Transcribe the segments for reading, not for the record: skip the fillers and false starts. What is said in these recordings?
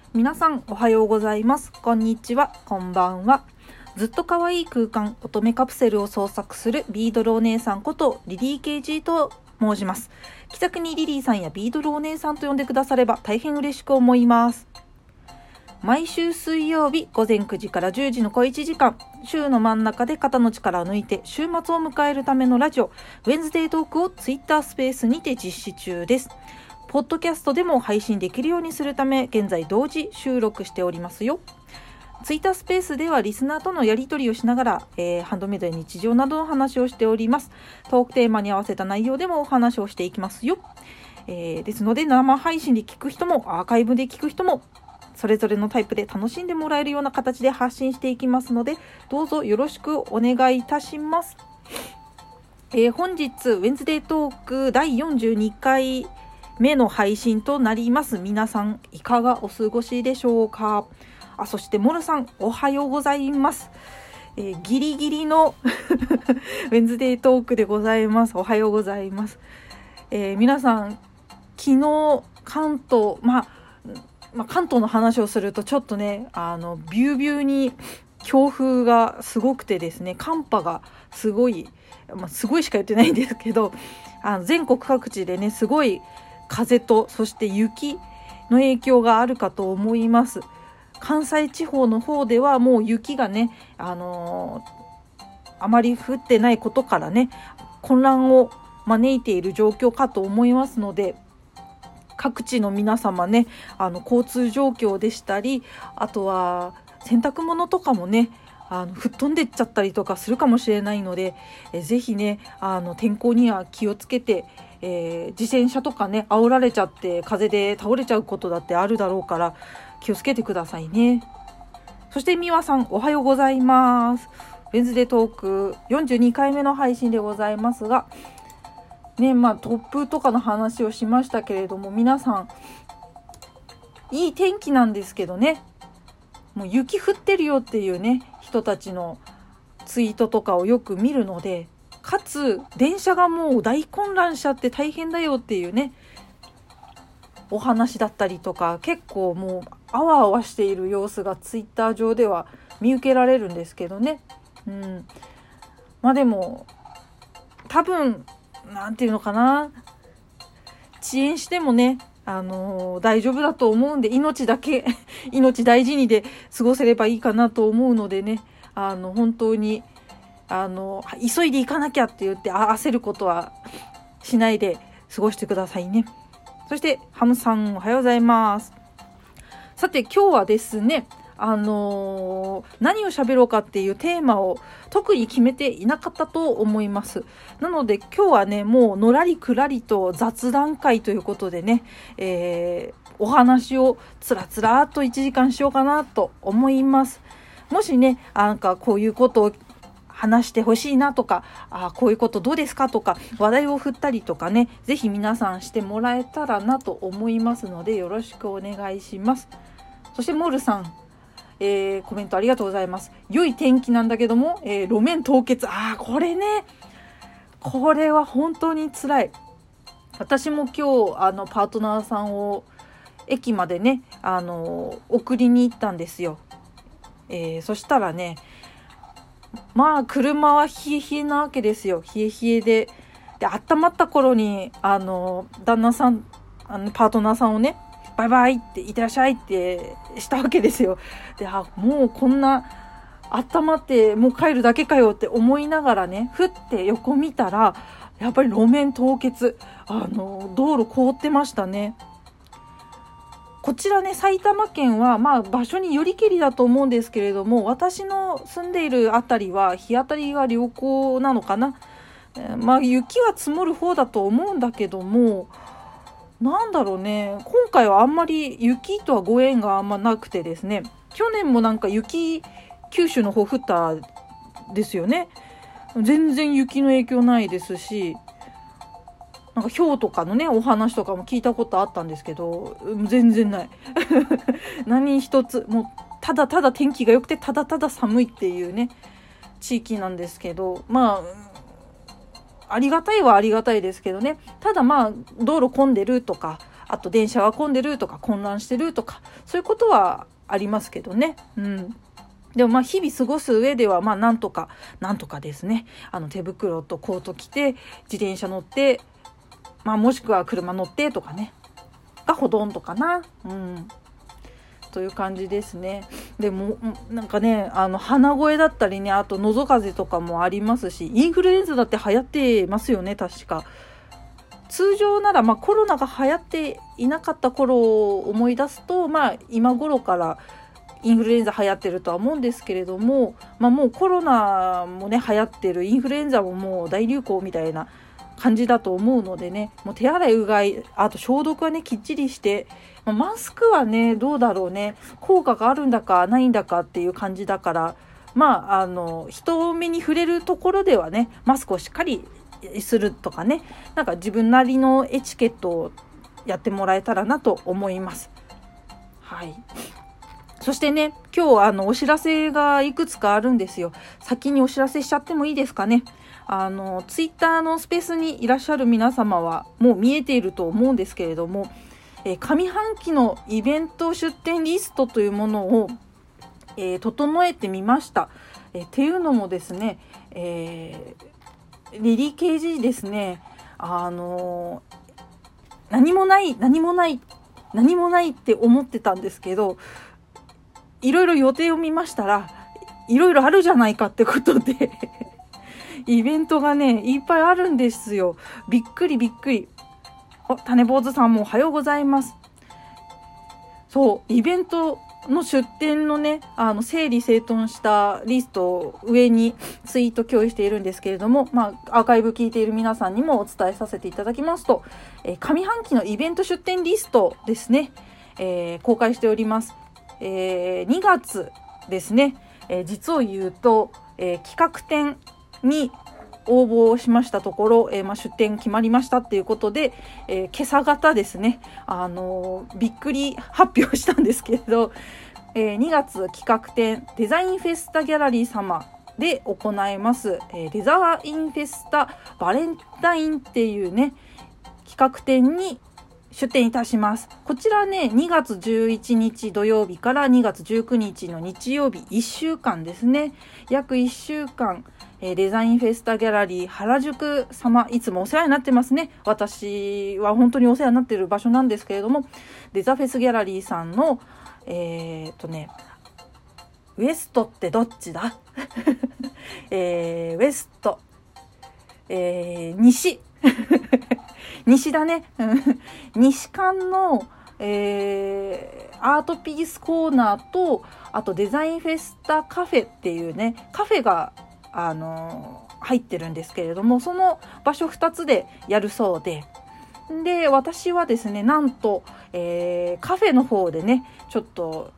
皆さんおはようございます。こんにちは、こんばんは。ずっと可愛い空間乙女カプセルを創作するビードルお姉さんことリリー KG と申します。気さくにリリーさんやビードルお姉さんと呼んでくだされば大変嬉しく思います。毎週水曜日午前9時から10時の小1時間、週の真ん中で肩の力を抜いて週末を迎えるためのラジオウェンズデートークをツイッタースペースにて実施中です。ポッドキャストでも配信できるようにするため現在同時収録しておりますよ。ツイッタースペースではリスナーとのやり取りをしながら、ハンドメイドや日常などの話をしております。トークテーマに合わせた内容でもお話をしていきますよ。ですので生配信で聞く人もアーカイブで聞く人もそれぞれのタイプで楽しんでもらえるような形で発信していきますので、どうぞよろしくお願いいたします。本日ウェンズデートーク第42回目の配信となります。皆さんいかがお過ごしでしょうか。そしてモルさんおはようございます。ギリギリのウェンズデートークでございます。おはようございます。皆さん昨日関東関東の話をするとちょっとねビュービューに強風がすごくてですね、寒波がすごい、すごいしか言ってないんですけど、全国各地でねすごい風とそして雪の影響があるかと思います。関西地方の方ではもう雪がね、あまり降ってないことからね混乱を招いている状況かと思いますので、各地の皆様ね交通状況でしたり、あとは洗濯物とかもね吹っ飛んでっちゃったりとかするかもしれないので、ぜひね天候には気をつけて、自転車とかね煽られちゃって風で倒れちゃうことだってあるだろうから気をつけてくださいね。そしてみわさんおはようございます。ウェンズデートーク42回目の配信でございますがね、突風とかの話をしましたけれども、皆さんいい天気なんですけどね、もう雪降ってるよっていうね人たちのツイートとかをよく見るので、かつ電車がもう大混乱しちゃって大変だよっていうねお話だったりとか、結構もうあわあわしている様子がツイッター上では見受けられるんですけどね。でも多分なんていうのかな、遅延してもね大丈夫だと思うんで、命大事にで過ごせればいいかなと思うのでね、本当に急いで行かなきゃって言って焦ることはしないで過ごしてくださいね。そしてハムさんおはようございます。さて今日はですね何を喋ろうかっていうテーマを特に決めていなかったと思います。なので今日はねもうのらりくらりと雑談会ということでね、お話をつらつらっと1時間しようかなと思います。もしねこういうことを話してほしいなとか、こういうことどうですかとか話題を振ったりとかね、ぜひ皆さんしてもらえたらなと思いますのでよろしくお願いします。そしてモールさん、コメントありがとうございます。良い天気なんだけども、路面凍結、これね、これは本当に辛い。私も今日パートナーさんを駅までね送りに行ったんですよ。そしたらね車は冷え冷えなわけですよ。冷え冷えで温まった頃に旦那さんパートナーさんをねバイバイっていってらっしゃいってしたわけですよ。でもうこんな温まってもう帰るだけかよって思いながらねふって横見たらやっぱり路面凍結、道路凍ってましたね。こちらね埼玉県は場所によりけりだと思うんですけれども、私の住んでいるあたりは日当たりが良好なのかな。雪は積もる方だと思うんだけども、なんだろうね、今回はあんまり雪とはご縁があんまなくてですね、去年も雪九州の方降ったですよね。全然雪の影響ないですし、氷とかのねお話とかも聞いたことあったんですけど全然ない何一つ、もうただただ天気が良くてただただ寒いっていうね地域なんですけど、ありがたいはありがたいですけどね、ただ道路混んでるとかあと電車が混んでるとか混乱してるとか、そういうことはありますけどね。でも日々過ごす上ではなんとかですね、手袋とコート着て自転車乗って、もしくは車乗ってとかねがほとんどかな。という感じですね。でもなんかね、鼻声だったりね、あと喉風邪とかもありますし、インフルエンザだって流行ってますよね。確か通常ならコロナが流行っていなかった頃を思い出すと、今頃からインフルエンザ流行ってるとは思うんですけれども、もうコロナもね流行ってる、インフルエンザももう大流行みたいな感じだと思うのでね、もう手洗いうがい、あと消毒はねきっちりして、マスクはねどうだろうね、効果があるんだかないんだかっていう感じだから、人目に触れるところではねマスクをしっかりするとかね、なんか自分なりのエチケットをやってもらえたらなと思います。はい。そしてね、今日お知らせがいくつかあるんですよ。先にお知らせしちゃってもいいですかね。ツイッターのスペースにいらっしゃる皆様はもう見えていると思うんですけれども、上半期のイベント出展リストというものを、整えてみました。っていうのもですね、リリー KG ですね、何もないって思ってたんですけど、いろいろ予定を見ましたらいろいろあるじゃないかってことでイベントがねいっぱいあるんですよ。びっくり。種坊主さんもおはようございます。そう、イベントの出展のね整理整頓したリストを上にツイート共有しているんですけれども、アーカイブ聞いている皆さんにもお伝えさせていただきますと、上半期のイベント出展リストですね、公開しております。2月ですね、実を言うと、企画展に応募をしましたところ、出展決まりましたっていうことで、今朝方ですね、びっくり発表したんですけれど、2月企画展デザインフェスタギャラリー様で行います、デザインフェスタバレンタインっていうね企画展に出展いたします。こちらね2月11日土曜日から2月19日の日曜日1週間ですね、約1週間、デザインフェスタギャラリー原宿様、いつもお世話になってますね。私は本当にお世話になっている場所なんですけれども、デザフェスギャラリーさんのウエストってどっちだウエスト、西西だね西館の、アートピースコーナーと、あとデザインフェスタカフェっていうねカフェが入ってるんですけれども、その場所2つでやるそうで、私はですねなんと、カフェの方でねちょっと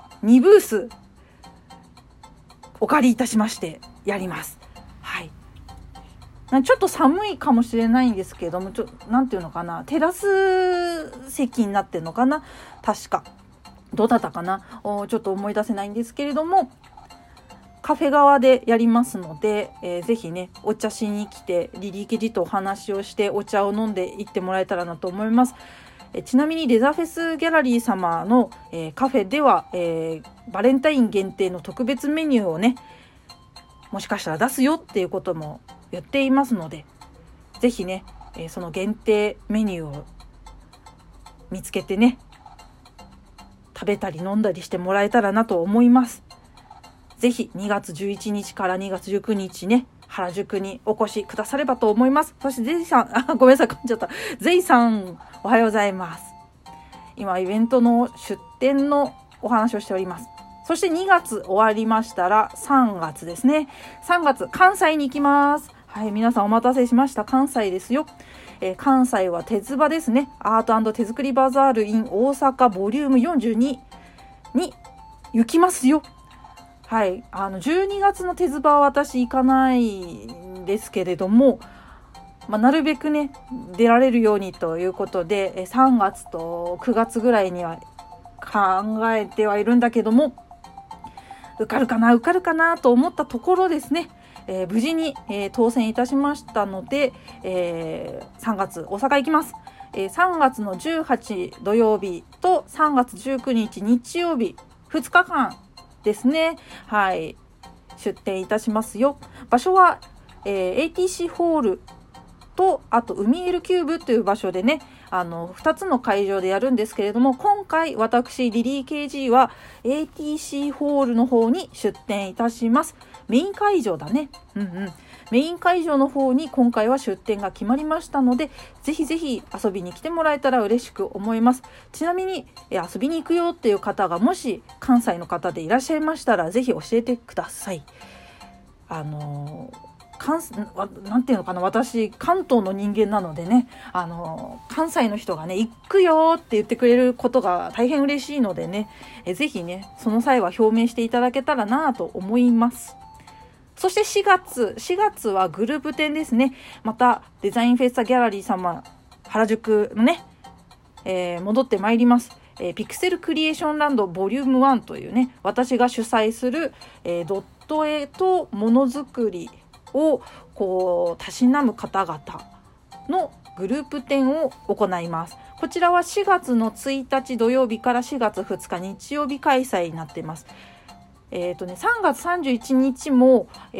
2ブースお借りいたしましてやります。はい。ちょっと寒いかもしれないんですけども、なんていうのかな、テラス席になってるのかな、確かどうだったかな、ちょっと思い出せないんですけれども、カフェ側でやりますので、ぜひねお茶しに来てリリーケジとお話をしてお茶を飲んでいってもらえたらなと思います。ちなみにデザフェスギャラリー様の、カフェでは、バレンタイン限定の特別メニューをねもしかしたら出すよっていうことも言っていますので、ぜひね、その限定メニューを見つけてね食べたり飲んだりしてもらえたらなと思います。ぜひ2月11日から2月19日ね原宿にお越しくださればと思います。そしてゼイさん、ごめんなさい、噛んじゃった。ゼイさん、おはようございます。今イベントの出展のお話をしております。そして2月終わりましたら3月ですね。3月関西に行きます。はい、皆さんお待たせしました。関西ですよ。関西は鉄場ですね。アート&手作りバザール in 大阪ボリューム42に行きますよ。はい、12月の手場は私行かないんですけれども、なるべくね出られるようにということで3月と9月ぐらいには考えてはいるんだけども、受かるかなと思ったところですね、無事に、当選いたしましたので、3月大阪行きます。 3月の18土曜日と3月19日日曜日2日間ですね。はい、出展いたしますよ。場所は、ATC ホールとあと海エルキューブという場所でね、2つの会場でやるんですけれども、今回私リリー KG は ATC ホールの方に出展いたします。メイン会場だね。メイン会場の方に今回は出展が決まりましたので、ぜひぜひ遊びに来てもらえたら嬉しく思います。ちなみに遊びに行くよっていう方がもし関西の方でいらっしゃいましたら、ぜひ教えてください。なんていうのかな、私関東の人間なのでね、関西の人がね行くよって言ってくれることが大変嬉しいのでね、ぜひねその際は表明していただけたらなと思います。そして4月はグループ展ですね。またデザインフェスタギャラリー様原宿のね、戻ってまいります。ピクセルクリエーションランドボリューム1というね、私が主催する、ドット絵とものづくりをこうたしなむ方々のグループ展を行います。こちらは4月の1日土曜日から4月2日日曜日開催になっています。3月31日もギ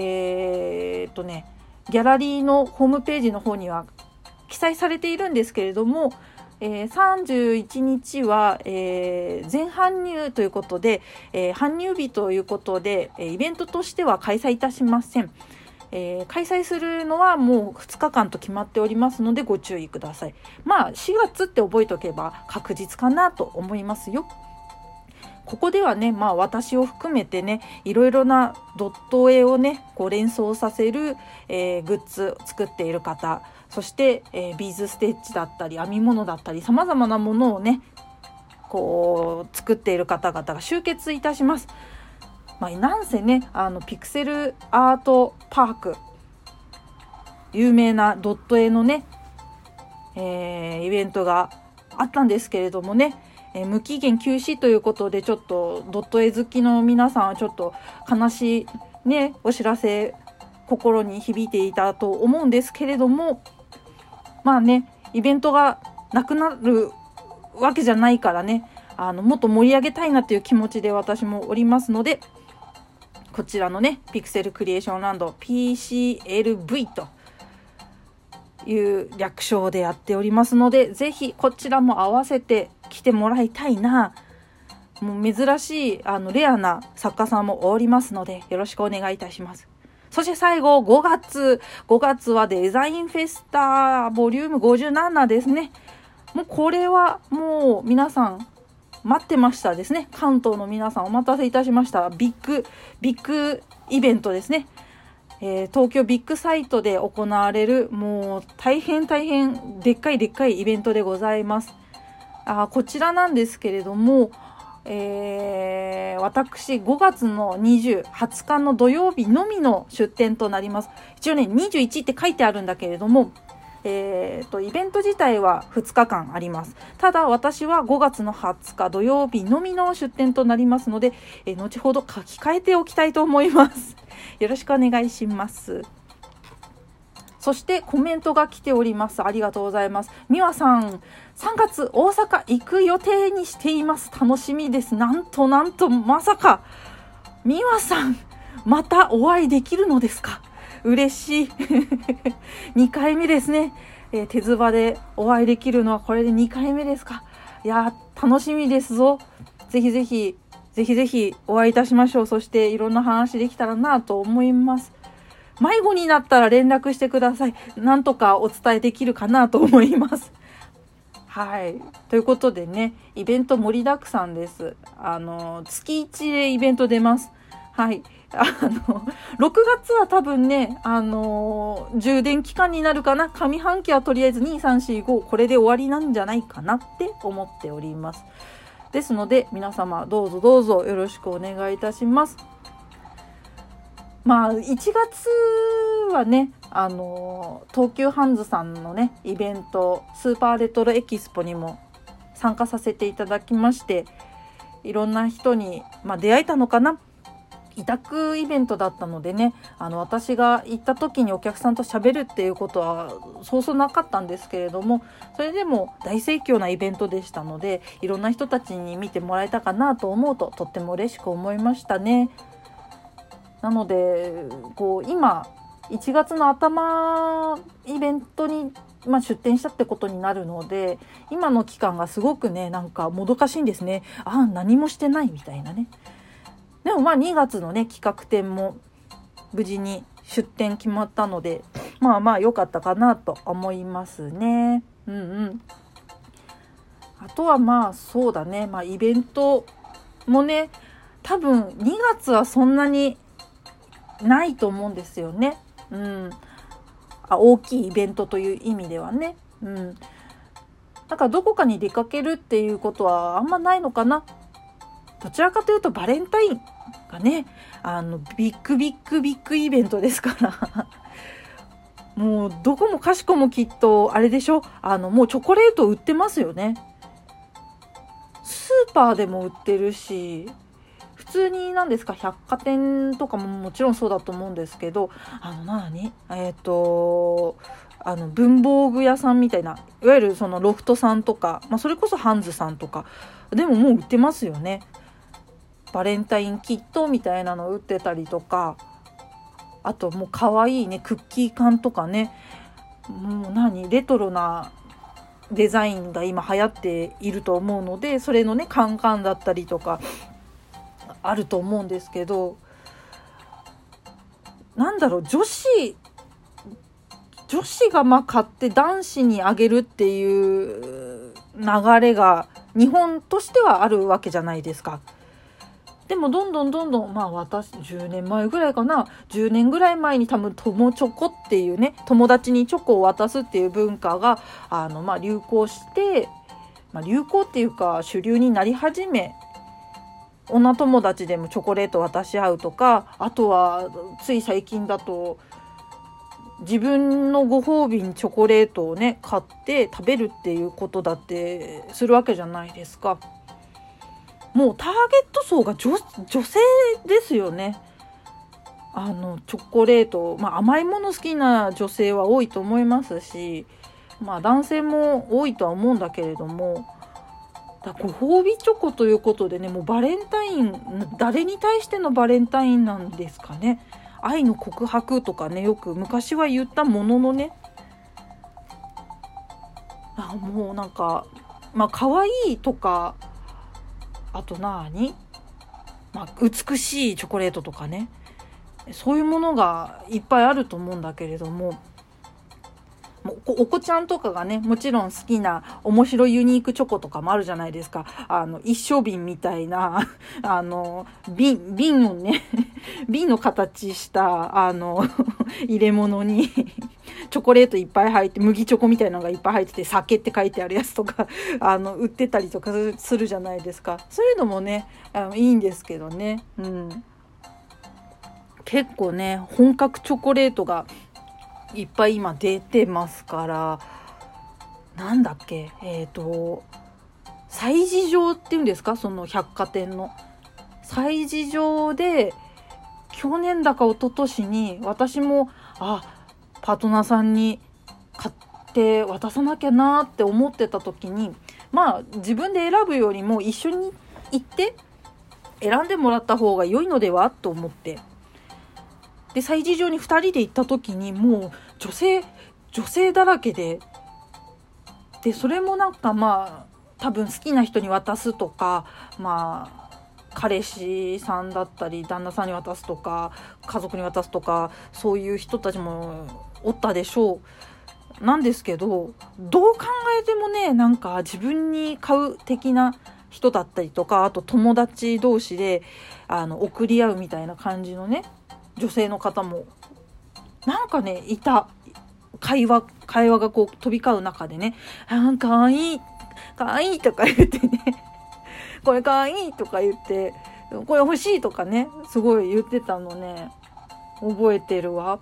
ャラリーのホームページの方には記載されているんですけれども、31日は、前搬入ということで、搬入日ということで、イベントとしては開催いたしません。開催するのはもう2日間と決まっておりますのでご注意ください。4月って覚えておけば確実かなと思いますよ。ここではね、私を含めてね、いろいろなドット絵をねこう連想させる、グッズを作っている方、そして、ビーズステッチだったり編み物だったりさまざまなものをねこう作っている方々が集結いたします。なんせねピクセルアートパーク、有名なドット絵のね、イベントがあったんですけれどもね、無期限休止ということで、ちょっとドット絵好きの皆さんはちょっと悲しいねお知らせ、心に響いていたと思うんですけれども、イベントがなくなるわけじゃないからね、もっと盛り上げたいなという気持ちで私もおりますので、こちらのねピクセルクリエーションランド PCLV という略称でやっておりますので、ぜひこちらも合わせて来てもらいたいな。もう珍しいレアな作家さんもおりますのでよろしくお願いいたします。そして最後5月はデザインフェスタボリューム57ですね。もうこれはもう皆さん待ってましたですね。関東の皆さんお待たせいたしました。ビッグイベントですね。東京ビッグサイトで行われるもう大変でっかいイベントでございます。こちらなんですけれども、私5月の20日の土曜日のみの出展となります。一応ね21って書いてあるんだけれども、イベント自体は2日間あります。ただ私は5月の20日土曜日のみの出展となりますので、後ほど書き換えておきたいと思いますよろしくお願いします。そしてコメントが来ております。ありがとうございます。みわさん、3月大阪行く予定にしています。楽しみです。なんとまさかみわさんまたお会いできるのですか。嬉しい2回目ですね。手ズバでお会いできるのはこれで2回目ですか。いや楽しみですぞ。ぜひぜひお会いいたしましょう。そしていろんな話できたらなと思います。迷子になったら連絡してください。なんとかお伝えできるかなと思います。はい。ということでね、イベント盛りだくさんです。月1でイベント出ます。はい。6月は多分ね、充電期間になるかな。上半期はとりあえず2、3、4、5、これで終わりなんじゃないかなって思っております。ですので、皆様どうぞよろしくお願いいたします。1月はね、東急ハンズさんのね、イベント、スーパーレトロエキスポにも参加させていただきまして、いろんな人に、出会えたのかな。 委託イベントだったのでね、私が行った時にお客さんと喋るっていうことはそうそうなかったんですけれども、それでも大盛況なイベントでしたので、いろんな人たちに見てもらえたかなと思うととっても嬉しく思いましたね。なので今1月の頭イベントに、出店したってことになるので、今の期間がすごくねなんかもどかしいんですね。何もしてないみたいなね。でも2月のね企画展も無事に出展決まったので、良かったかなと思いますね。あとはそうだね、イベントもね多分2月はそんなにないと思うんですよね。大きいイベントという意味ではね。だからどこかに出かけるっていうことはあんまないのかな。どちらかというとバレンタインがねビッグイベントですからもうどこもかしこもきっとあれでしょ、もうチョコレート売ってますよね。スーパーでも売ってるし、普通に百貨店とかももちろんそうだと思うんですけど、文房具屋さんみたいな、いわゆるそのロフトさんとか、それこそハンズさんとかでももう売ってますよね。バレンタインキットみたいなの売ってたりとか、あともう可愛いねクッキー缶とかね、もうレトロなデザインが今流行っていると思うので、それのねカンカンだったりとかあると思うんですけど、女子が買って男子にあげるっていう流れが日本としてはあるわけじゃないですか。でもどんどん私10年前ぐらいかな、10年ぐらい前に多分友チョコっていうね、友達にチョコを渡すっていう文化が流行して、流行っていうか主流になり始め、女友達でもチョコレート渡し合うとか、あとはつい最近だと自分のご褒美にチョコレートをね買って食べるっていうことだってするわけじゃないですか。もうターゲット層が女性ですよね。チョコレート、甘いもの好きな女性は多いと思いますし、男性も多いとは思うんだけれども、ご褒美チョコということでね、もうバレンタイン、誰に対してのバレンタインなんですかね。愛の告白とかね、よく昔は言ったもののね、もう可愛いとか、あと美しいチョコレートとかね、そういうものがいっぱいあると思うんだけれども、お子ちゃんとかがねもちろん好きな面白いユニークチョコとかもあるじゃないですか。一升瓶みたいな瓶をね瓶の形した入れ物にチョコレートいっぱい入って、麦チョコみたいなのがいっぱい入ってて酒って書いてあるやつとか売ってたりとかするじゃないですか。そういうのもねいいんですけどね。結構ね本格チョコレートがいっぱい今出てますから、催事場っていうんですか、その百貨店の催事場で去年だか一昨年に私もパートナーさんに買って渡さなきゃなって思ってた時に、自分で選ぶよりも一緒に行って選んでもらった方が良いのではと思って、で催事場に2人で行った時にもう女性だらけで、それも多分好きな人に渡すとか、彼氏さんだったり旦那さんに渡すとか家族に渡すとか、そういう人たちもおったでしょう。なんですけど、どう考えてもね自分に買う的な人だったりとか、あと友達同士で送り合うみたいな感じのね女性の方もいた。会話が飛び交う中でね、かわいいとか言ってねこれかわいいとか言って、これ欲しいとかねすごい言ってたのね覚えてるわ。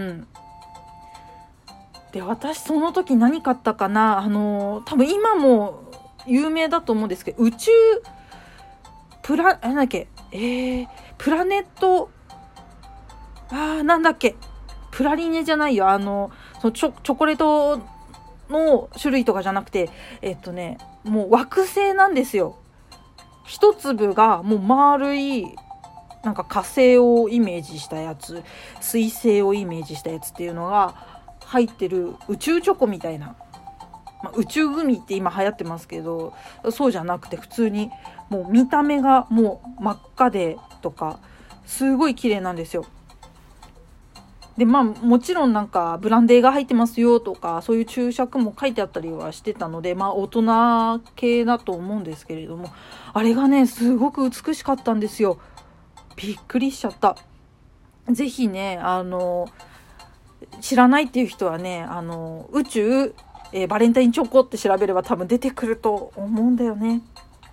で私その時何買ったかな、多分今も有名だと思うんですけど、宇宙プラプラネット、なんだっけ、プラリネじゃないよ、そのチョコレートの種類とかじゃなくて、もう惑星なんですよ。一粒がもう丸い、なんか火星をイメージしたやつ、水星をイメージしたやつっていうのが入ってる宇宙チョコみたいな、宇宙グミって今流行ってますけど、そうじゃなくて普通にもう見た目がもう真っ赤でとか、すごい綺麗なんですよ。でもちろんなんかブランデーが入ってますよとか、そういう注釈も書いてあったりはしてたので、大人系だと思うんですけれども、あれがねすごく美しかったんですよ。びっくりしちゃった。ぜひね、知らないっていう人はね、宇宙、バレンタインチョコって調べれば多分出てくると思うんだよね。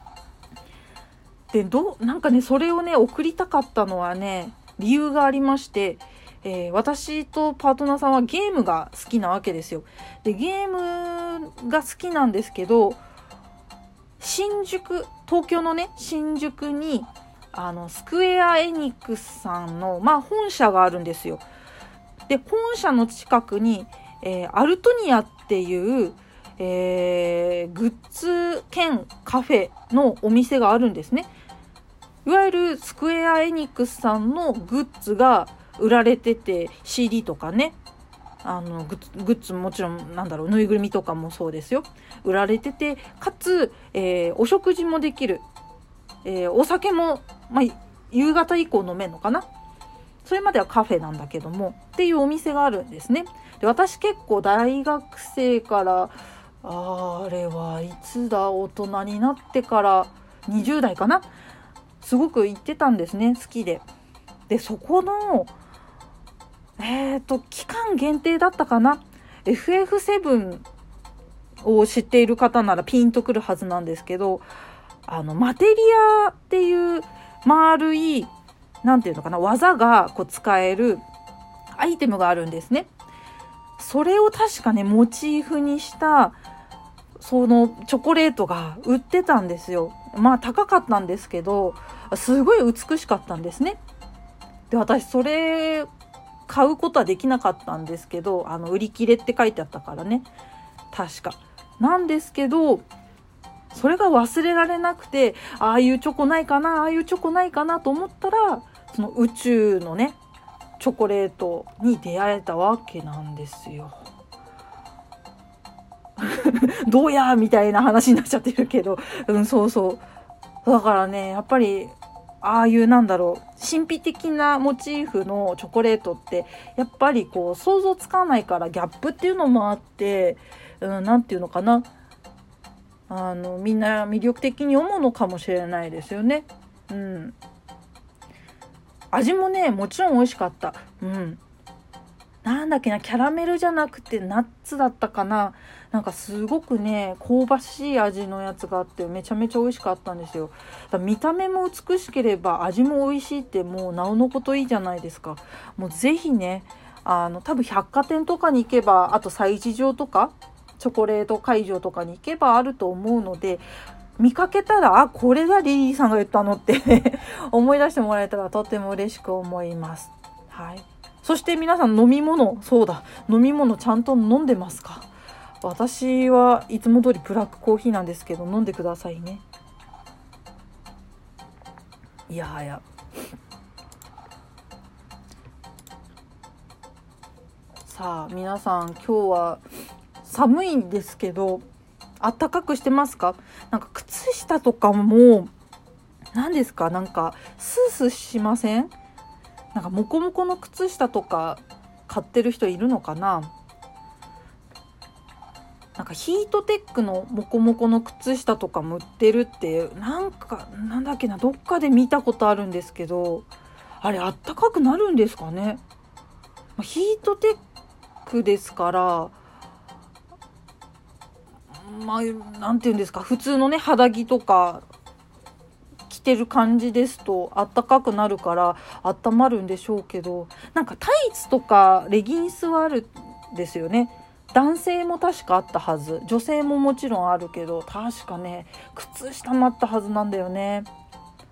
でなんかね、それをね送りたかったのはね、理由がありまして、私とパートナーさんはゲームが好きなわけですよ。でゲームが好きなんですけど、東京のね新宿にスクエアエニックスさんの、本社があるんですよ。で本社の近くに、アルトニアっていう、グッズ兼カフェのお店があるんですね。いわゆるスクエアエニックスさんのグッズが売られてて、 CD とかね、グッズもちろんぬいぐるみとかもそうですよ、売られてて、かつ、お食事もできる、お酒も、夕方以降飲めるのかな、それまではカフェなんだけどもっていうお店があるんですね。で私結構大学生から、あれはいつだ、大人になってから20代かな、すごく行ってたんですね、好きで。でそこの期間限定だったかな、 FF7 を知っている方ならピンとくるはずなんですけど、マテリアっていう丸い、なんていうのかな、技が使えるアイテムがあるんですね。それを確かねモチーフにしたそのチョコレートが売ってたんですよ。高かったんですけど、すごい美しかったんですね。で私それ買うことはできなかったんですけど、売り切れって書いてあったからね、確かなんですけど、それが忘れられなくて、ああいうチョコないかなと思ったら、その宇宙のねチョコレートに出会えたわけなんですよ。どうやみたいな話になっちゃってるけど、そうだからね、やっぱりああいう神秘的なモチーフのチョコレートってやっぱり想像つかないから、ギャップっていうのもあって、なんていうのかな、みんな魅力的に思うのかもしれないですよね。味もねもちろん美味しかった。なんだっけな、キャラメルじゃなくてナッツだったかな、なんかすごくね香ばしい味のやつがあって、めちゃめちゃ美味しかったんですよ。見た目も美しければ味も美味しいって、もうなおのこといいじゃないですか。もうぜひね、多分百貨店とかに行けば、あと催事場とかチョコレート会場とかに行けばあると思うので、見かけたら、これだリリーさんが言ったのって思い出してもらえたらとても嬉しく思います。はい。そして皆さん飲み物ちゃんと飲んでますか？私はいつも通りブラックコーヒーなんですけど、飲んでくださいね。いやはや。さあ皆さん、今日は寒いんですけど暖かくしてますか？なんか靴下とかも何ですか、なんかスースーしません？なんかモコモコの靴下とか買ってる人いるのかな？なんかヒートテックのモコモコの靴下とかも売ってるって、なんだっけな、どっかで見たことあるんですけど、あれあったかくなるんですかね？ヒートテックですから、なんていうんですか、普通のね肌着とか着てる感じですと暖かくなるから温まるんでしょうけど、なんかタイツとかレギンスはあるんですよね。男性も確かあったはず、女性ももちろんあるけど、確かね靴下もあったはずなんだよね。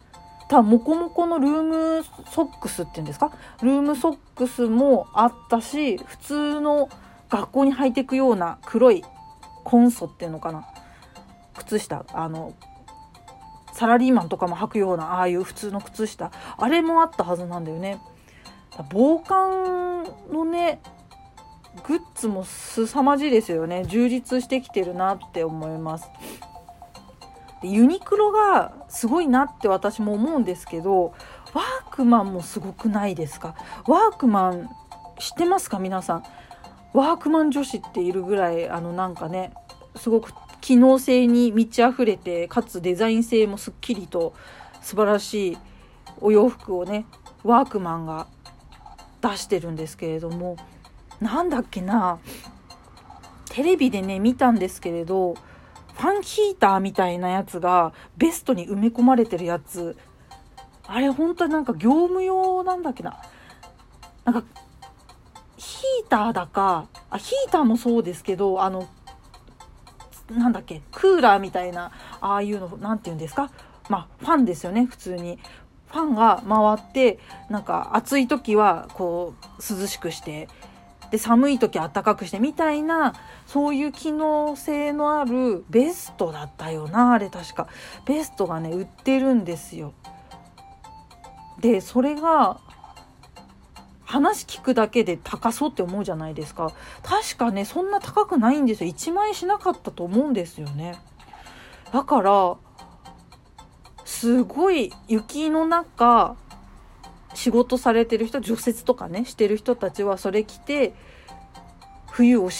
モコモコのルームソックスっていうんですか、ルームソックスもあったし、普通の学校に履いていくような黒いコンソっていうのかな、靴下、サラリーマンとかも履くようなああいう普通の靴下、あれもあったはずなんだよね。防寒のねグッズも凄まじいですよね。充実してきてるなって思います。でユニクロがすごいなって私も思うんですけど、ワークマンもすごくないですか。ワークマン知ってますか皆さん。ワークマン女子っているぐらいなんかね、すごく機能性に満ち溢れて、かつデザイン性もすっきりと素晴らしいお洋服をねワークマンが出してるんですけれども、なんだっけな、テレビでね見たんですけれど、ファンヒーターみたいなやつがベストに埋め込まれてるやつ、あれ本当はなんか業務用なんだっけな、なんかヒーターだか、ヒーターもそうですけど、なんだっけ、クーラーみたいなああいうのなんていうんですか、ファンですよね。普通にファンが回って、なんか暑い時はこう涼しくして、で寒い時は暖かくしてみたいな、そういう機能性のあるベストだったよな、あれ確かベストがね売ってるんですよ。でそれが話聞くだけで高そうって思うじゃないですか。確かねそんな高くないんですよ。1万円しなかったと思うんですよね。だからすごい雪の中仕事されてる人、除雪とかねしてる人たちはそれ着て冬を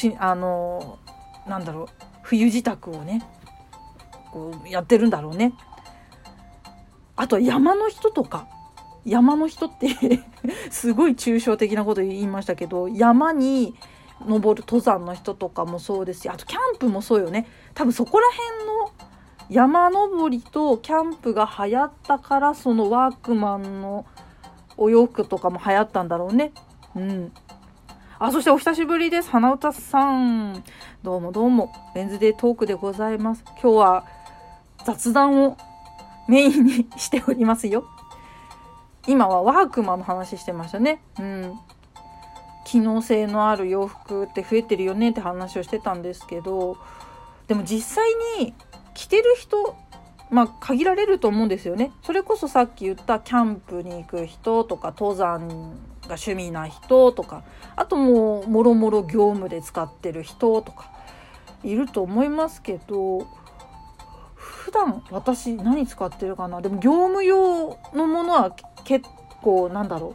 冬支度をねこうやってるんだろうね。あと山の人とか、山の人ってすごい抽象的なこと言いましたけど、山に登る登山の人とかもそうですし、あとキャンプもそうよね。多分そこら辺の山登りとキャンプが流行ったから、そのワークマンのお洋服とかも流行ったんだろうね。そしてお久しぶりです、花歌さん。どうもどうも、ウェンズデートークでございます。今日は雑談をメインにしておりますよ。今はワークマンの話してましたね。機能性のある洋服って増えてるよねって話をしてたんですけど、でも実際に着てる人限られると思うんですよね。それこそさっき言ったキャンプに行く人とか、登山が趣味な人とか、あともろもろ業務で使ってる人とかいると思いますけど、普段私何使ってるかな。でも業務用のものは結構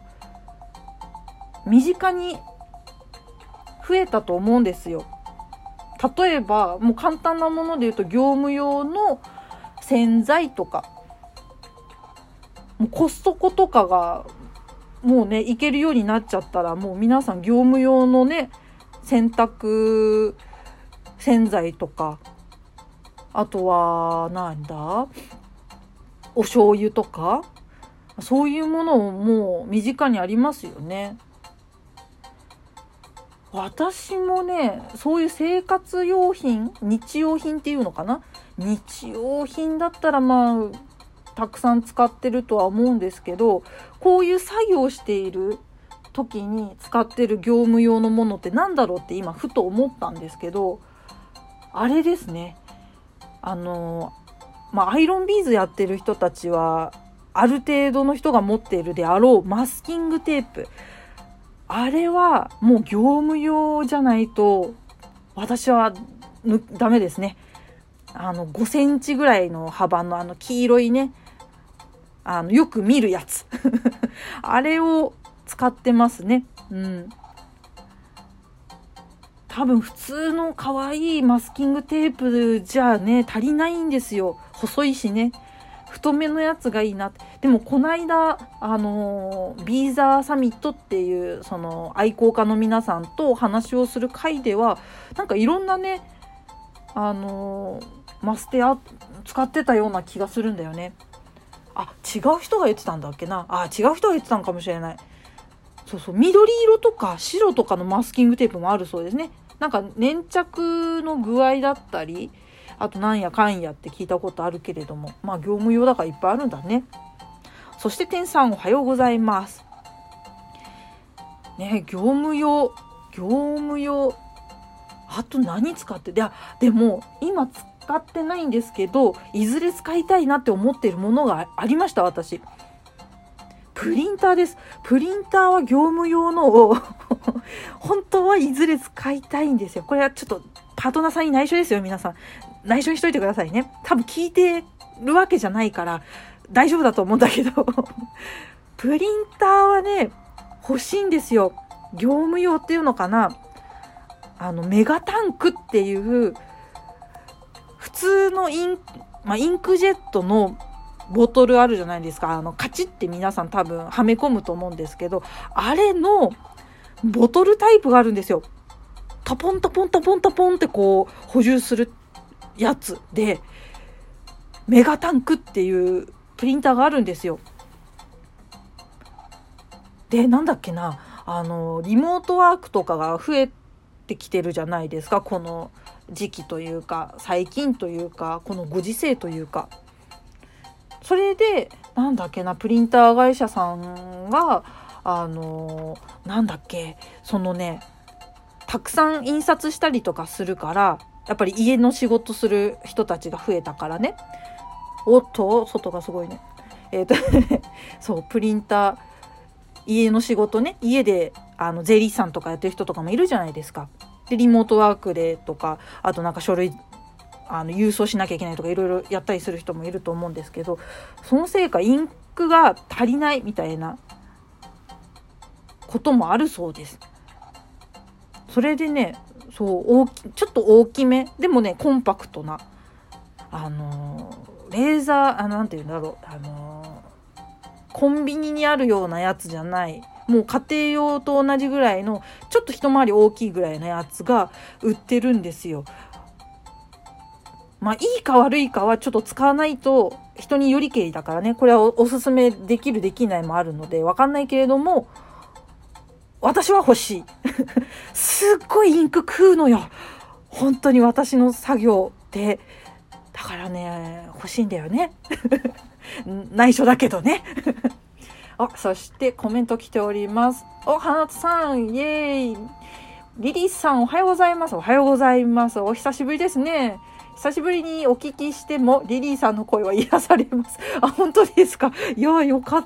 身近に増えたと思うんですよ。例えばもう簡単なもので言うと、業務用の洗剤とか、もうコストコとかがもうね行けるようになっちゃったら、もう皆さん業務用のね洗濯洗剤とか、あとはお醤油とか、そういうものをもう身近にありますよね。私もねそういう生活用品、日用品っていうのかな、日用品だったらたくさん使ってるとは思うんですけど、こういう作業している時に使ってる業務用のものってなんだろうって今ふと思ったんですけど、あれですね、アイロンビーズやってる人たちはある程度の人が持っているであろうマスキングテープ、あれはもう業務用じゃないと私はダメですね。5センチぐらいの幅の黄色いね、よく見るやつあれを使ってますね。多分普通の可愛いマスキングテープじゃね足りないんですよ。細いしね、太めのやつがいいな。でもこの間ビーザーサミットっていうその愛好家の皆さんと話をする会では、なんかいろんなねマステ使ってたような気がするんだよね。違う人が言ってたんだっけな。違う人が言ってたのかもしれない。そう緑色とか白とかのマスキングテープもあるそうですね。なんか粘着の具合だったり、あとなんやかんやって聞いたことあるけれども、業務用だからいっぱいあるんだね。 そして天さんおはようございますね。業務用あと何使ってでも今使ってないんですけど、いずれ使いたいなって思っているものがありました。私プリンターです。プリンターは業務用のを本当はいずれ使いたいんですよ。これはちょっとパートナーさんに内緒ですよ。皆さん内緒にしといてくださいね。多分聞いてるわけじゃないから大丈夫だと思うんだけどプリンターはね欲しいんですよ。業務用っていうのかな、メガタンクっていう普通のインクジェットのボトルあるじゃないですか。カチッって皆さん多分はめ込むと思うんですけど、あれのボトルタイプがあるんですよ。タポンタポンタポンタポンってこう補充するやつで、メガタンクっていうプリンターがあるんですよ。でなんだっけな、リモートワークとかが増えてきてるじゃないですか。この時期というか最近というかこのご時世というか、それでなんだっけな、プリンター会社さんがなんだっけ、そのねたくさん印刷したりとかするから、やっぱり家の仕事する人たちが増えたからね。おっと外がすごいね。そうプリンター、家の仕事ね、家で税理士さんとかやってる人とかもいるじゃないですか。でリモートワークでとか、あとなんか書類郵送しなきゃいけないとかいろいろやったりする人もいると思うんですけど、そのせいかインクが足りないみたいなこともあるそうです。それでね、そうちょっと大きめでもねコンパクトなレーザーなんていうんだろう、コンビニにあるようなやつじゃない、もう家庭用と同じぐらいのちょっと一回り大きいぐらいのやつが売ってるんですよ。いいか悪いかはちょっと使わないと人によりけりだからね、これはおすすめできるできないもあるので分かんないけれども、私は欲しいすっごいインク食うのよ本当に私の作業で。だからね欲しいんだよね内緒だけどねそしてコメント来ております。花津さんイエーイ。リリーさんおはようございます。おはようございます。お久しぶりですね。久しぶりにお聞きしてもリリーさんの声は癒されます。本当ですか。いやよかった。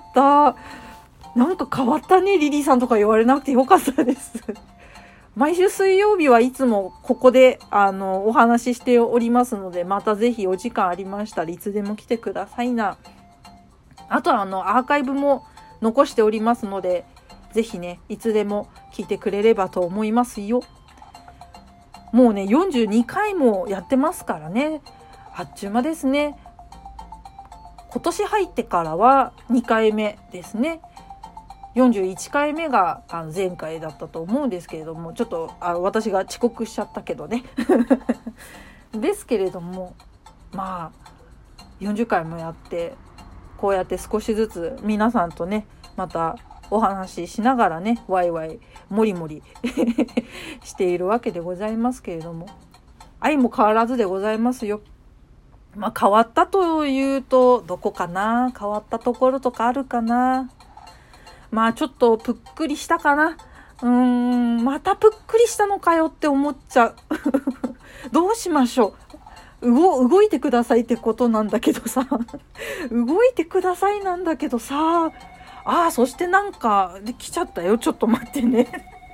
なんか変わったねリリーさんとか言われなくてよかったです毎週水曜日はいつもここでお話ししておりますので、またぜひお時間ありましたらいつでも来てくださいな。あとはアーカイブも残しておりますので、ぜひねいつでも聞いてくれればと思いますよ。もうね42回もやってますからね、あっちゅう間ですね。今年入ってからは2回目ですね。41回目が前回だったと思うんですけれども、ちょっと私が遅刻しちゃったけどねですけれども、40回もやってこうやって少しずつ皆さんとねまたお話ししながらねワイワイもりもりしているわけでございますけれども、愛も変わらずでございますよ。変わったというとどこかな、変わったところとかあるかな。ちょっとぷっくりしたかな。またぷっくりしたのかよって思っちゃうどうしましょう。動いてくださいってことなんだけどさ動いてくださいなんだけどさそしてなんかできちゃったよ。ちょっと待ってね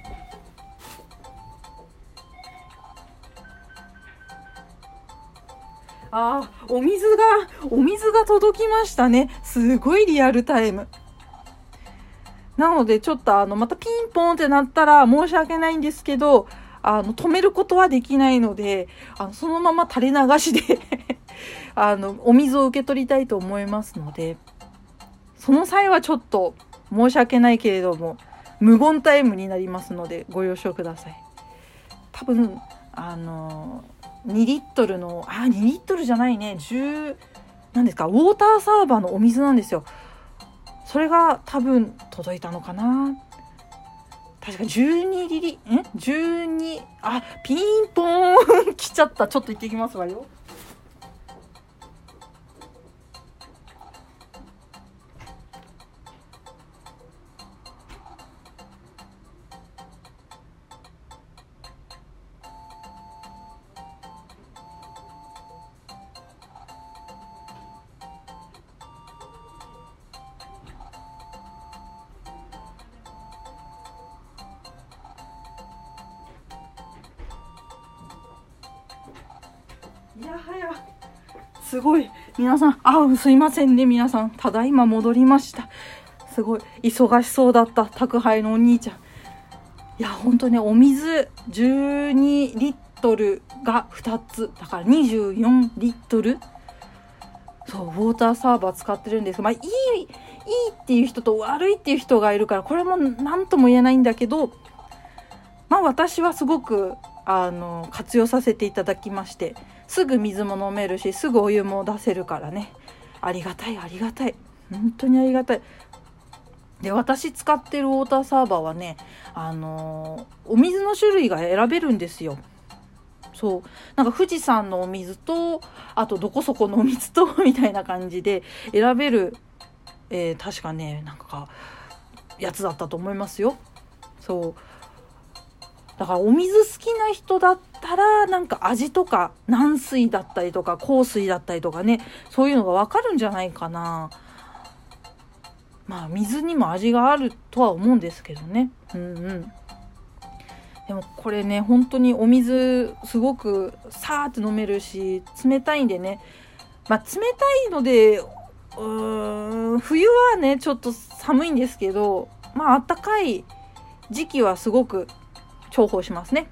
お水が届きましたね。すごいリアルタイムなのでちょっとまたピンポンってなったら申し訳ないんですけど、止めることはできないのでそのまま垂れ流しでお水を受け取りたいと思いますので、その際はちょっと申し訳ないけれども無言タイムになりますのでご了承ください。多分2リットルの2リットルじゃないね、何ですか、ウォーターサーバーのお水なんですよ。それが多分届いたのかな。確か12リリ12ピンポーン来ちゃった。ちょっと行ってきますわよ。 すごい。皆さん、すいませんね、皆さん。ただいま戻りました。すごい。忙しそうだった、宅配のお兄ちゃん。いや、ほんとね、お水12リットルが2つ。だから24リットル。そう、ウォーターサーバー使ってるんですが、いいっていう人と悪いっていう人がいるから、これも何とも言えないんだけど、私はすごく、活用させていただきまして、すぐ水も飲めるし、すぐお湯も出せるからね。ありがたい。本当にありがたい。で、私使ってるウォーターサーバーはね、お水の種類が選べるんですよ。そう。なんか富士山のお水と、あとどこそこのお水と、みたいな感じで選べる、確かね、なんか、やつだったと思いますよ。そう。だからお水好きな人だったら、なんか味とか軟水だったりとか硬水だったりとかね、そういうのがわかるんじゃないかな。水にも味があるとは思うんですけどね。でもこれね、本当にお水すごくさーって飲めるし、冷たいんでね。冷たいので、冬はね、ちょっと寒いんですけど、暖かい時期はすごく重宝しますね。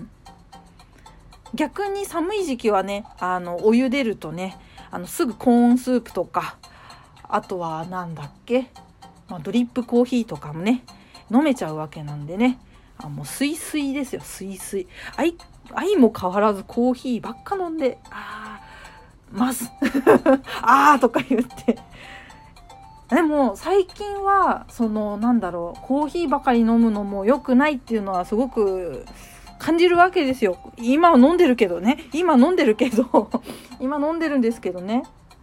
逆に寒い時期はね、お湯出るとね、すぐコーンスープとか、あとはなんだっけ、ドリップコーヒーとかもね、飲めちゃうわけなんでね、もうすいすいですよ、すいすい。愛も変わらずコーヒーばっか飲んで、ますとか言って。でも最近はコーヒーばかり飲むのも良くないっていうのはすごく感じるわけですよ。今は飲んでるけど今飲んでるんですけどね。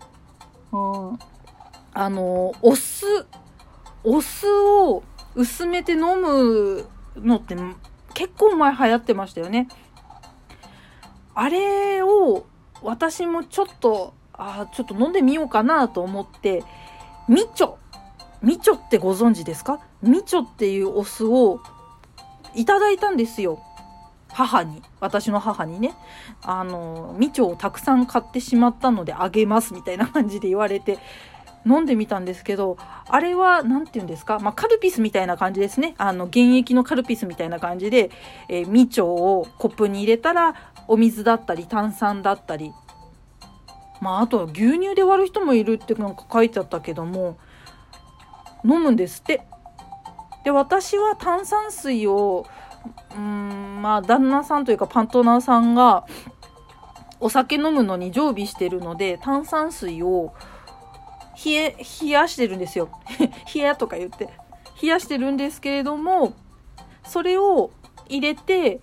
お酢を薄めて飲むのって結構前流行ってましたよね。あれを私もちょっと飲んでみようかなと思って、みちょってご存知ですか？みちょっていうお酢をいただいたんですよ。私の母にね、みちょをたくさん買ってしまったのであげますみたいな感じで言われて飲んでみたんですけど、あれはなんて言うんですか、カルピスみたいな感じですね。原液のカルピスみたいな感じで、みちょをコップに入れたらお水だったり炭酸だったり、あとは牛乳で割る人もいるってなんか書いてあったけども、飲むんですって。で、私は炭酸水を旦那さんというかパートナーさんがお酒飲むのに常備してるので、炭酸水を冷やしてるんですよ。冷やとか言って冷やしてるんですけれども、それを入れて、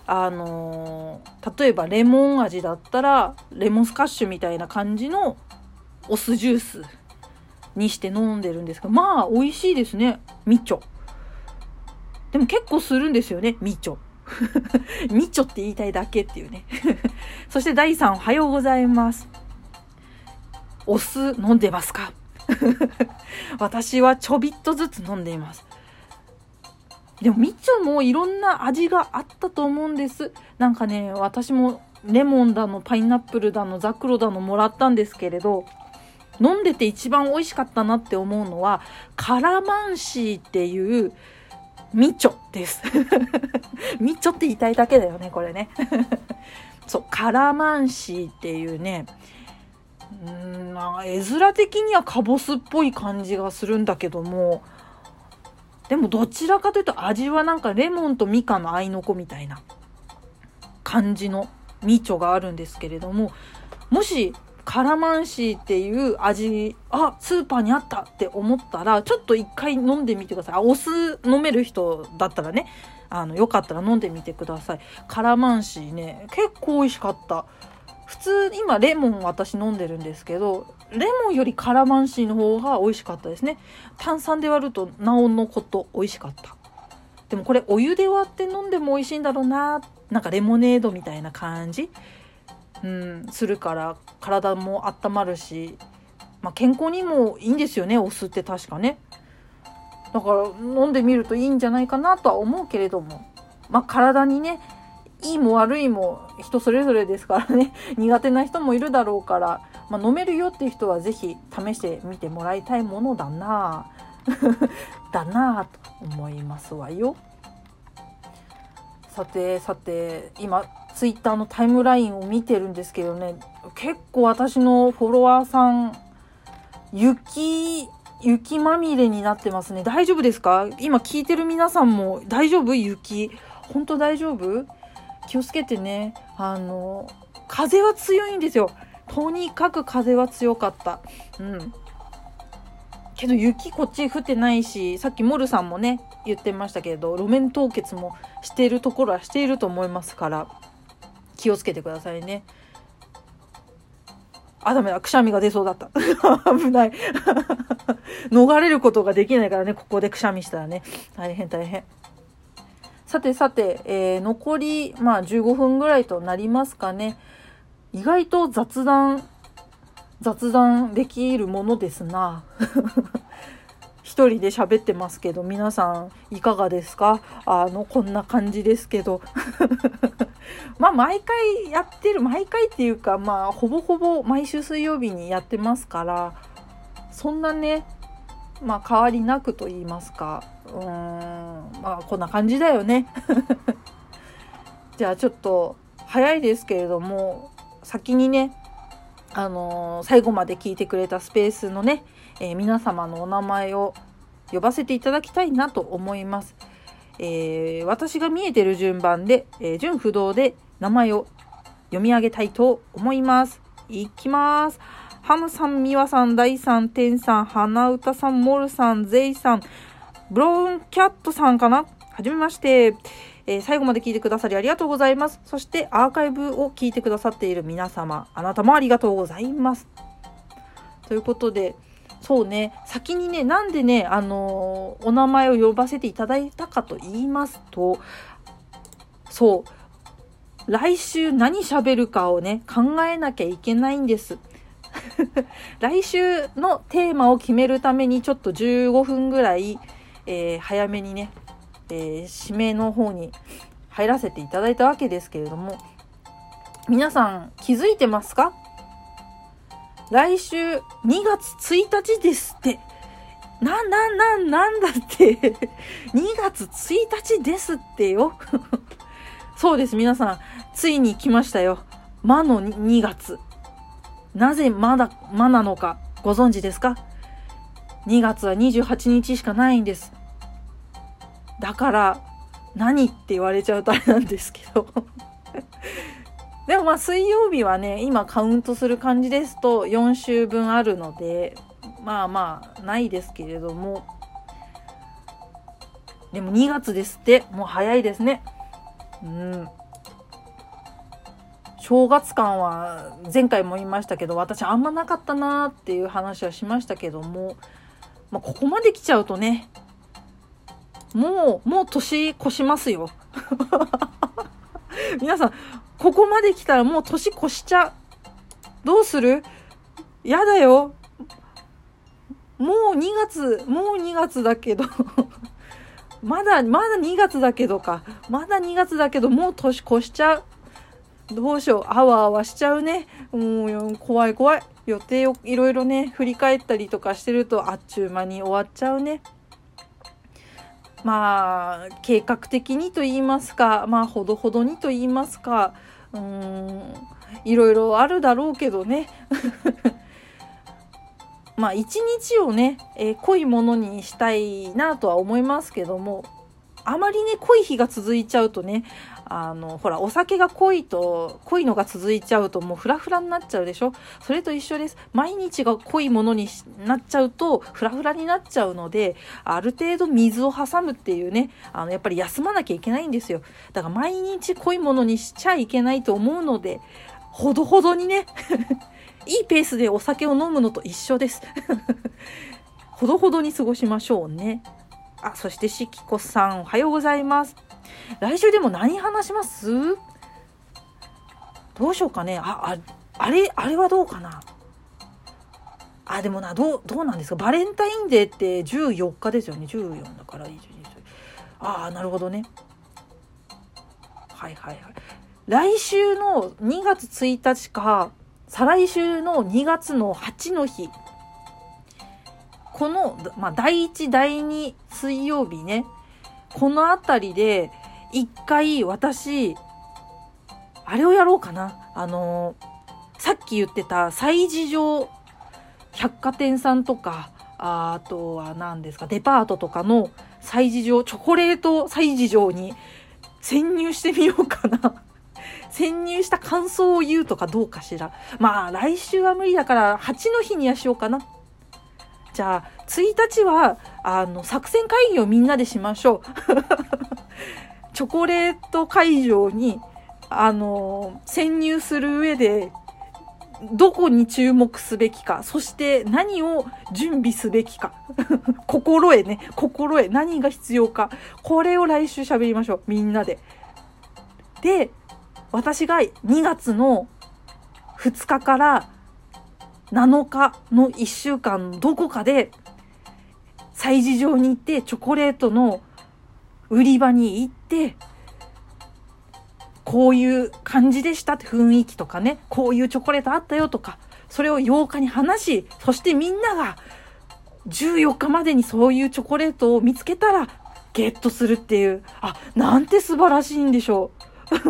例えばレモン味だったらレモンスカッシュみたいな感じのお酢ジュースにして飲んでるんですけど、美味しいですね。みちょでも結構するんですよね、みちょみちょって言いたいだけっていうねそして第3、おはようございます。お酢飲んでますか私はちょびっとずつ飲んでいます。でもみちょもいろんな味があったと思うんです。なんかね、私もレモンだのパイナップルだのザクロだのもらったんですけれど、飲んでて一番美味しかったなって思うのはカラマンシーっていうみちょですみちょって言いたいだけだよね、これねそう、カラマンシーっていうね、絵面的にはカボスっぽい感じがするんだけども、でもどちらかというと味はなんかレモンとミカの合いの子みたいな感じのみちょがあるんですけれども、もしカラマンシーっていう味、スーパーにあったって思ったら、ちょっと一回飲んでみてください。お酢飲める人だったらね、よかったら飲んでみてください。カラマンシーね、結構美味しかった。普通、今レモン私飲んでるんですけど、レモンよりカラマンシーの方が美味しかったですね。炭酸で割るとなおのこと美味しかった。でもこれお湯で割って飲んでも美味しいんだろうな。なんかレモネードみたいな感じするから体も温まるし、健康にもいいんですよね、お酢って確かね。だから飲んでみるといいんじゃないかなとは思うけれども、体にね、いいも悪いも人それぞれですからね苦手な人もいるだろうから、 飲めるよっていう人はぜひ試してみてもらいたいものだなだなと思いますわよ。さて今ツイッターのタイムラインを見てるんですけどね、結構私のフォロワーさん雪まみれになってますね。大丈夫ですか？今聞いてる皆さんも大丈夫？雪本当大丈夫？気をつけてね。風は強いんですよ。とにかく風は強かった。けど雪こっち降ってないし、さっきモルさんもね言ってましたけど、路面凍結もしているところはしていると思いますから、気をつけてくださいね。ダメだ、くしゃみが出そうだった危ない逃れることができないからね、ここでくしゃみしたらね、大変。さて、残り15分ぐらいとなりますかね。意外と雑談できるものですな一人で喋ってますけど、皆さんいかがですか？こんな感じですけど毎回っていうか、ほぼほぼ毎週水曜日にやってますから、そんなね変わりなくと言いますか、こんな感じだよねじゃあちょっと早いですけれども、先にね最後まで聞いてくれたスペースのね、皆様のお名前を呼ばせていただきたいなと思います。私が見えてる順番で、順不動で名前を読み上げたいと思います。いきます。ハムさん、ミワさん、ダイさん、テンさん、花歌さん、モルさん、ゼイさん、ブローンキャットさんかな。はじめまして。最後まで聞いてくださりありがとうございます。そしてアーカイブを聞いてくださっている皆様、あなたもありがとうございます。ということで、そうね、先にね、なんでね、お名前を呼ばせていただいたかと言いますと、来週何喋るかをね、考えなきゃいけないんです来週のテーマを決めるためにちょっと15分ぐらい、早めにね、指名の方に入らせていただいたわけですけれども、皆さん気づいてますか？来週2月1日ですって。なんだって2月1日ですってよそうです、皆さんついに来ましたよ。魔の2月。なぜ魔なのかご存知ですか？2月は28日しかないんです。だから何って言われちゃうとあれなんですけどでも水曜日はね、今カウントする感じですと4週分あるので、ないですけれども、でも2月ですって。もう早いですね。正月感は前回も言いましたけど、私あんまなかったなっていう話はしましたけども、ここまで来ちゃうとね、もう年越しますよ皆さんここまで来たらもう年越しちゃう。どうする？やだよ。もう2月だけどまだ2月だけどもう年越しちゃう。どうしよう、あわあわしちゃうね。もう怖い。予定をいろいろね振り返ったりとかしてるとあっちゅう間に終わっちゃうね。計画的にと言いますか、ほどほどにと言いますか、いろいろあるだろうけどね一日をね、濃いものにしたいなとは思いますけども、あまりね濃い日が続いちゃうとね、お酒が濃いのが続いちゃうともうフラフラになっちゃうでしょ。それと一緒です。毎日が濃いものになっちゃうとフラフラになっちゃうので、ある程度水を挟むっていうね、やっぱり休まなきゃいけないんですよ。だから毎日濃いものにしちゃいけないと思うので、ほどほどにねいいペースでお酒を飲むのと一緒ですほどほどに過ごしましょうね。そしてしきこさん、おはようございます。来週でも何話します？どうしようかね。あれはどうかな。でもどうなんですか。バレンタインデーって14日ですよね。14だからなるほどね。はい。来週の2月1日か再来週の2月の8の日、この、第1、第2水曜日ね、このあたりで一回私、あれをやろうかな。さっき言ってた催事場、百貨店さんとか、あとは何ですか、デパートとかの催事場、チョコレート催事場に潜入してみようかな。潜入した感想を言うとかどうかしら。来週は無理だから8の日にはしようかな。じゃあ1日は作戦会議をみんなでしましょう。チョコレート会場に潜入する上でどこに注目すべきか、そして何を準備すべきか。心得、何が必要か。これを来週喋りましょう。みんなで。で、私が2月の2日から7日の1週間どこかで催事場に行ってチョコレートの売り場に行って、こういう感じでしたって雰囲気とかね、こういうチョコレートあったよとか、それを8日に話し、そしてみんなが14日までにそういうチョコレートを見つけたらゲットするっていう、なんて素晴らしいんでしょ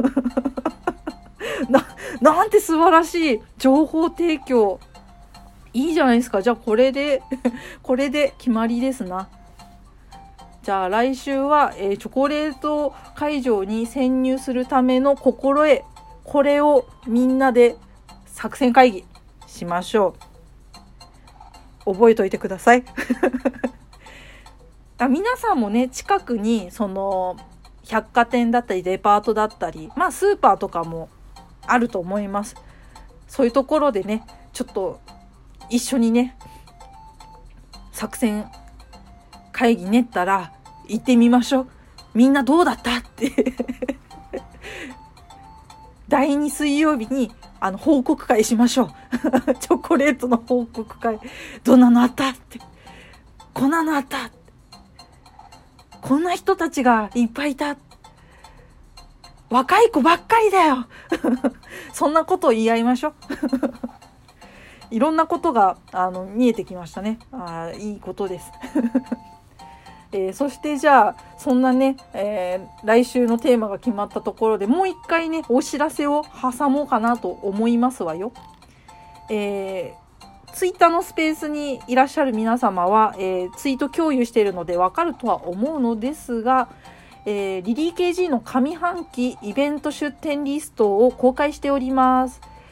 う。なんて素晴らしい情報提供。いいじゃないですか。じゃあこれで決まりですな。じゃあ来週は、チョコレート会場に潜入するための心得、これをみんなで作戦会議しましょう。覚えといてください。皆さんもね、近くにその百貨店だったりデパートだったり、スーパーとかもあると思います。そういうところでね、ちょっと一緒にね、作戦会議練ったら行ってみましょう。みんなどうだったって第2水曜日に報告会しましょう。チョコレートの報告会。どんなのあったって、こんなのあった、こんな人たちがいっぱいいた、若い子ばっかりだよ。そんなことを言い合いましょう。いろんなことが見えてきましたね。いいことです。そしてじゃあそんなね、来週のテーマが決まったところでもう一回ね、お知らせを挟もうかなと思いますわよ。ツイッターのスペースにいらっしゃる皆様は、ツイート共有しているのでわかるとは思うのですが、リリー KG の上半期イベント出展リストを公開しております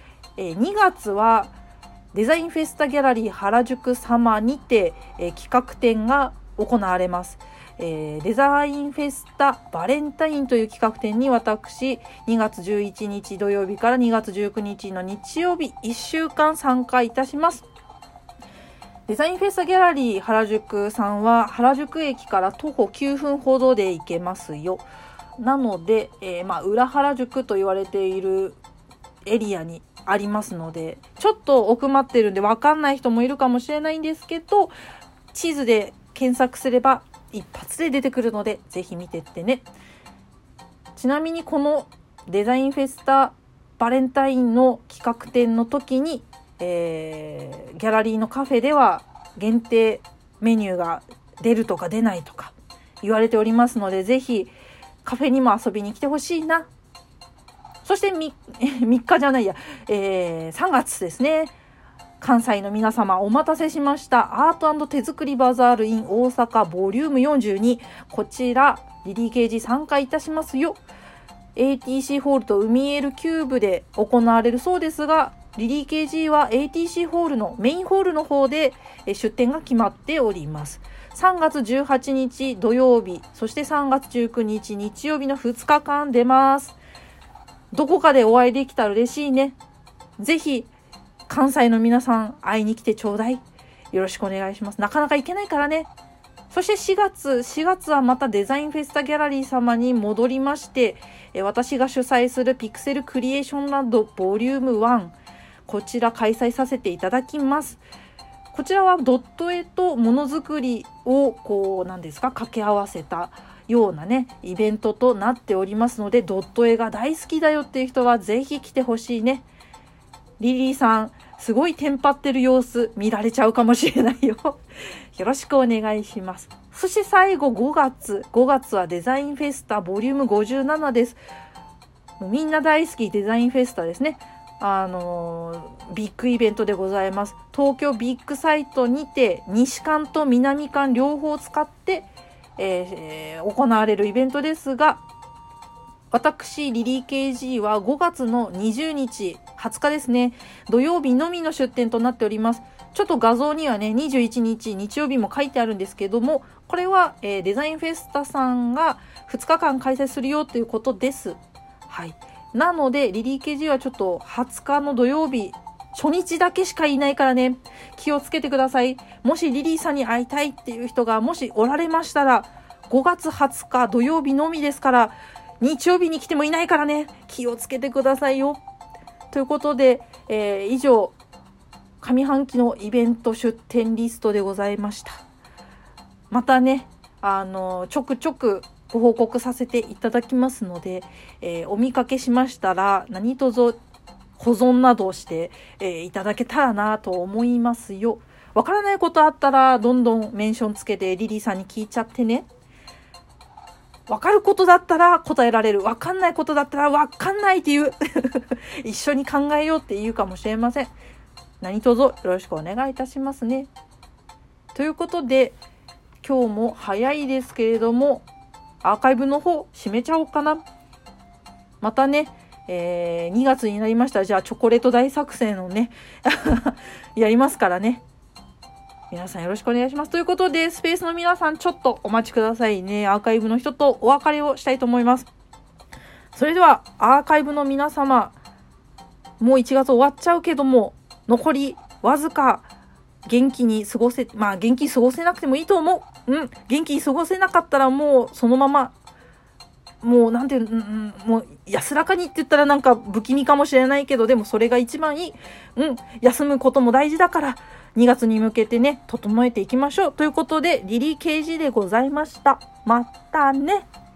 。2月はデザインフェスタギャラリー原宿サマにて、企画展が行われます。デザインフェスタバレンタインという企画展に私2月11日土曜日から2月19日の日曜日1週間参加いたします。デザインフェスタギャラリー原宿さんは原宿駅から徒歩9分ほどで行けますよ。なので、裏原宿と言われているエリアにありますので、ちょっと奥まってるんで分かんない人もいるかもしれないんですけど、地図で検索すれば一発で出てくるのでぜひ見てってね。ちなみにこのデザインフェスタバレンタインの企画展の時に、ギャラリーのカフェでは限定メニューが出るとか出ないとか言われておりますので、ぜひカフェにも遊びに来てほしいな。そして3日じゃないや、3月ですね。関西の皆様お待たせしました。アート&手作りバザール in 大阪ボリューム42。こちらリリー KG 参加いたしますよ。ATC ホールと海エルキューブで行われるそうですが、リリー KG は ATC ホールのメインホールの方で出展が決まっております。3月18日土曜日、そして3月19日日曜日の2日間出ます。どこかでお会いできたら嬉しいね。ぜひ関西の皆さん会いに来てちょうだい。よろしくお願いします。なかなか行けないからね。そして4月はまたデザインフェスタギャラリー様に戻りまして、私が主催するピクセルクリエーションランドボリューム1、こちら開催させていただきます。こちらはドット絵とものづくりを掛け合わせたようなねイベントとなっておりますので、ドット絵が大好きだよっていう人はぜひ来てほしいね。 リリーさん、すごいテンパってる様子見られちゃうかもしれないよ。よろしくお願いします。そして最後5月はデザインフェスタボリューム57です。みんな大好きデザインフェスタですね。ビッグイベントでございます。東京ビッグサイトにて西館と南館両方使って、行われるイベントですが、私リリー KG は5月の20日20日ですね、土曜日のみの出店となっております。ちょっと画像にはね21日日曜日も書いてあるんですけども、これは、デザインフェスタさんが2日間開催するよということです。はい。なのでリリー KG はちょっと20日の土曜日初日だけしかいないからね、気をつけてください。もしリリーさんに会いたいっていう人がもしおられましたら、5月20日土曜日のみですから、日曜日に来てもいないからね、気をつけてくださいよ。ということで、以上上半期のイベント出店リストでございました。またね、ちょくちょくご報告させていただきますので、お見かけしましたら何卒保存などをして、いただけたらなと思いますよ。わからないことあったらどんどんメンションつけてリリーさんに聞いちゃってね。わかることだったら答えられる。わかんないことだったらわかんないっていう。一緒に考えようって言うかもしれません。何卒よろしくお願いいたしますね。ということで、今日も早いですけれども、アーカイブの方閉めちゃおうかな。またね、2月になりましたら、じゃあチョコレート大作戦をね、やりますからね。皆さんよろしくお願いします。ということで、スペースの皆さんちょっとお待ちくださいね。アーカイブの人とお別れをしたいと思います。それでは、アーカイブの皆様、もう1月終わっちゃうけども、残りわずか元気に過ごせなくてもいいと思う。元気に過ごせなかったらもうそのまま、もうなんてもう安らかにって言ったらなんか不気味かもしれないけど、でもそれが一番いい。休むことも大事だから、2月に向けてね、整えていきましょう。ということで、リリー KG でございました。またね。